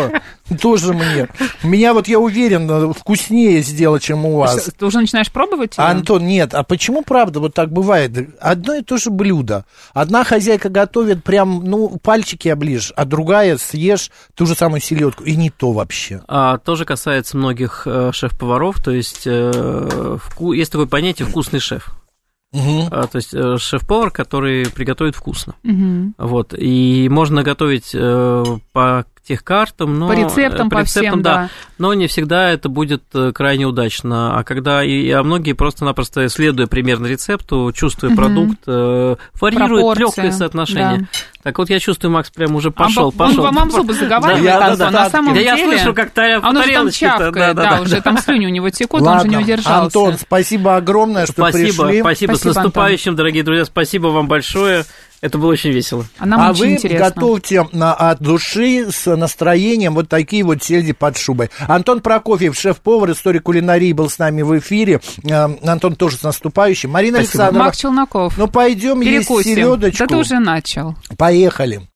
Тоже мне. У меня вот, я уверен, вкуснее сделать, чем у вас. Ты уже начинаешь пробовать? А, Антон, нет. А почему, правда, вот так бывает? Одно и то же блюдо. Одна хозяйка готовит прям, ну, пальчики оближешь, а другая съешь ту же самую селедку. И не то вообще. А, тоже касается многих э, шеф-поваров. То есть э, вку... есть такое понятие «вкусный шеф». Uh-huh. А, то есть э, шеф-повар, который приготовит вкусно. Uh-huh. Вот. И можно готовить э, по техкартам, но... По рецептам, по, по рецептам, всем, да. да. Но не всегда это будет крайне удачно. А когда... И, а многие просто-напросто, следуя примерно рецепту, чувствуя uh-huh. продукт, э, варьируют легкое соотношение. Да. Так вот, я чувствую, Макс прям уже пошел, он, пошел. Он вам зубы заговаривает, да, Антон, да, да, на самом да, деле... Я слышу, как таря... Он уже там чавкает, да, да, да, уже там слюни у него текут, он же не удержался. Антон, спасибо огромное, что спасибо, пришли. Спасибо, спасибо, с наступающим, Антон. Дорогие друзья, спасибо вам большое. Это было очень весело. А, нам а очень вы интересно. готовьте на, от души с настроением вот такие вот сельди под шубой. Антон Прокофьев, шеф-повар, историк кулинарии, был с нами в эфире. Э, Антон тоже с наступающим. Марина Спасибо. Александровна. Мак Челноков. Ну, пойдем есть селедочку. Да ты уже начал. Поехали.